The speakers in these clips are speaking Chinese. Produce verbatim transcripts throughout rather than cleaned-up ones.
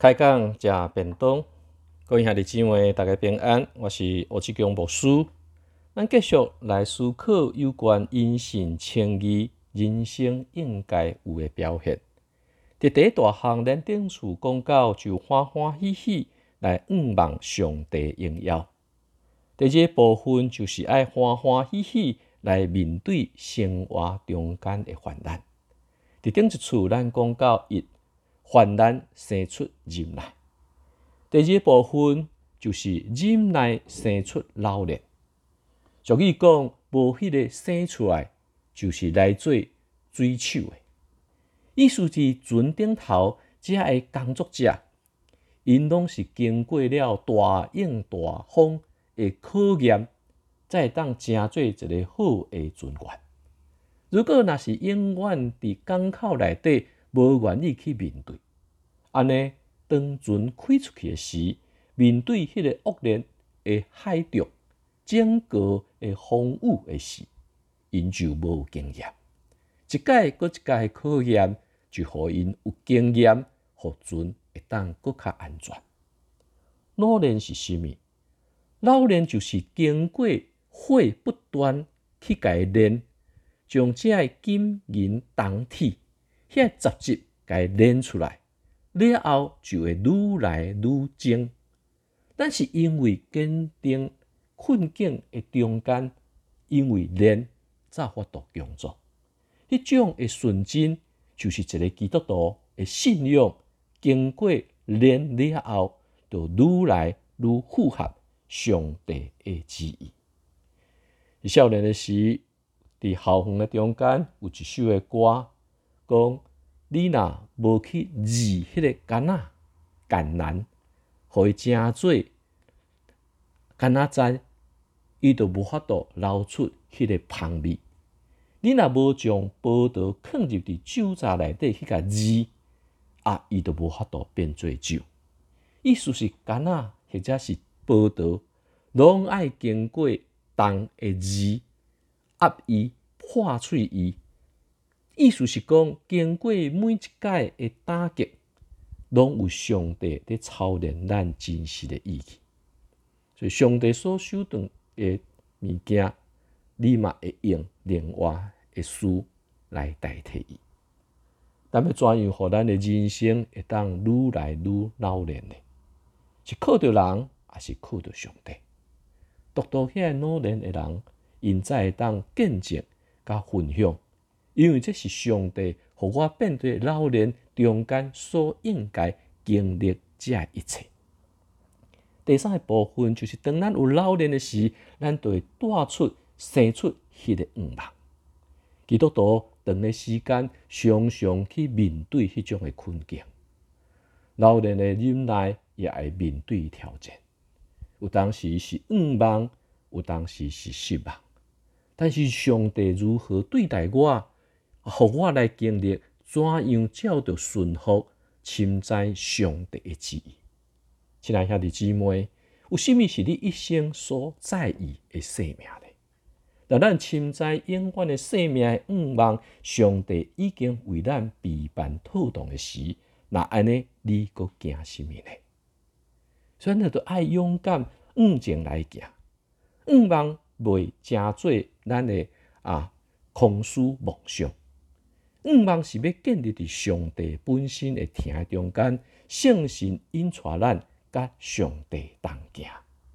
开讲食便当，各位兄弟姊妹，大家平安。我是吴志强牧师。咱继续来思考有关因信称义、人生应该有的表现。伫第一大项，咱顶次讲到就欢欢喜喜来仰望上帝荣耀。第二个部分就是爱欢欢喜喜来面对生活中间的患难。伫顶一次咱讲到一。患难生出忍耐。第二部分就是忍耐生出老练。俗语讲，无迄个生出来，就是来做水手的。意思是船顶头遮个工作者，因拢是经过了大风大风的考验，才会当成做一个好的船员。如果若是永远伫港口内底，无愿意去面对，安尼当船开出去的时，面对迄个恶劣的海潮、整个的风雨的时，因就无有经验。一届搁一届的考验，就互因有经验，互船会当搁较安全。老练是啥物？老练就是经过火不断去甲伊炼，将遮个金银铜铁遐个杂质甲伊炼出来，了后就会愈来愈精。但是因为坚定困境的中间，因为炼才法度强壮。迄种的纯真，就是一个基督徒的信仰，经过炼了后，就愈来愈符合上帝的旨意。伫少年的时，伫校园的中间有一首的歌，讲你若无去治迄个橄榄橄榄，互伊正做橄榄栽，伊就无法度流出迄个香味。你若无将葡萄放入伫酒渣内底去甲治，啊，伊就无法度变做酒。意思是橄榄或者是葡萄，拢爱经过重的治压伊、破碎伊。意思是讲，经过每一届的打击，拢有上帝伫操练咱真实的意义。所以，上帝所手段的物件，你嘛会用另外的事来代替伊。咱要怎样，互咱的人生会当愈来愈老练呢？是靠着人，还是靠着上帝？独独遐个老练的人，因才会当见证甲分享。因为这是上帝互我变做老练中间所应该经历这一切。第三个部分就是当咱有老练的时，咱就会带出生出迄个愿望。基督徒长的时间常常去面对迄种的困境，老练的忍耐也会面对挑战。有当时是愿望，有当时是失望。但是上帝如何对待我？互我来经历怎样照着顺服、深知上帝的旨意。亲爱兄弟姊妹，有啥物是你一生所在意的生命呢？当咱深知永远的生命的愿望，上帝已经为咱备办妥当的时，那安尼你阁惊啥物呢？所以咱就爱勇敢向前来行，愿望袂成做咱的啊空思梦想。愿望是要建立伫上帝本身的听中间，圣神引带咱甲上帝同行。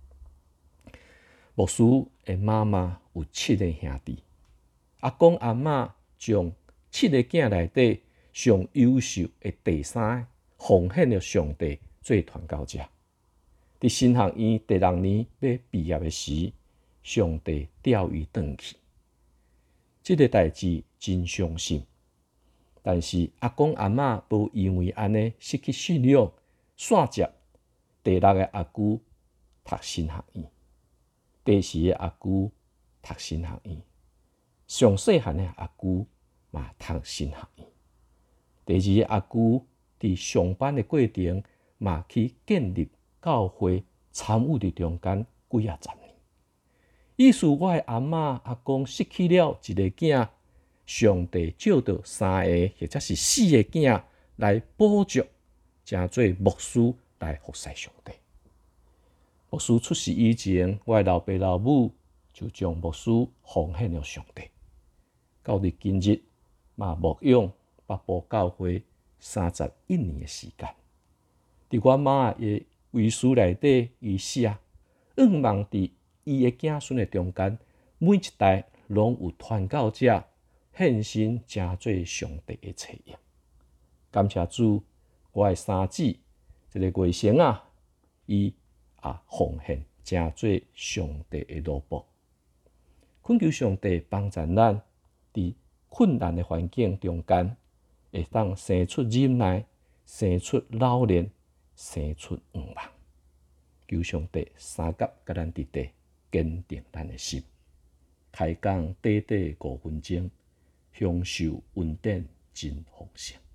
牧师的妈妈有七个兄弟，阿公阿嬷将七个囝内底上优秀的第三个奉献了上帝做传教者。伫神学院第六年要毕业的时，上帝调伊转去。这个代志真伤心。但是阿公阿嬷无因为安尼失去信仰，线接第六个阿舅读神学院，第四个阿舅读神学院，上细汉的阿舅嘛读神学院。第二个阿舅伫上班的过程嘛去建立教会，参与伫中间几啊十年。意思我的阿嬷阿公失去了一个囝。上帝照着三个或者是四个囝来补足成做牧师来服侍上帝。牧师出世以前，我的老爸老母就将牧师奉献了上帝。到日今日，嘛牧养北部教会三十一年的时间。伫我妈的遗书内底，伊写：仰望伫伊的子孙的中间，每一代拢有传教者献身，成做上帝的册业。感谢主，我的三子，一个月生啊，伊也奉献，成做上帝的奴仆。恳求上帝帮助咱，伫困难的环境中间，会当生出忍耐，生出老练，生出愿望。求上帝三甲甲咱伫地，坚定咱的心。开讲短短五分钟，享受恩典真丰盛。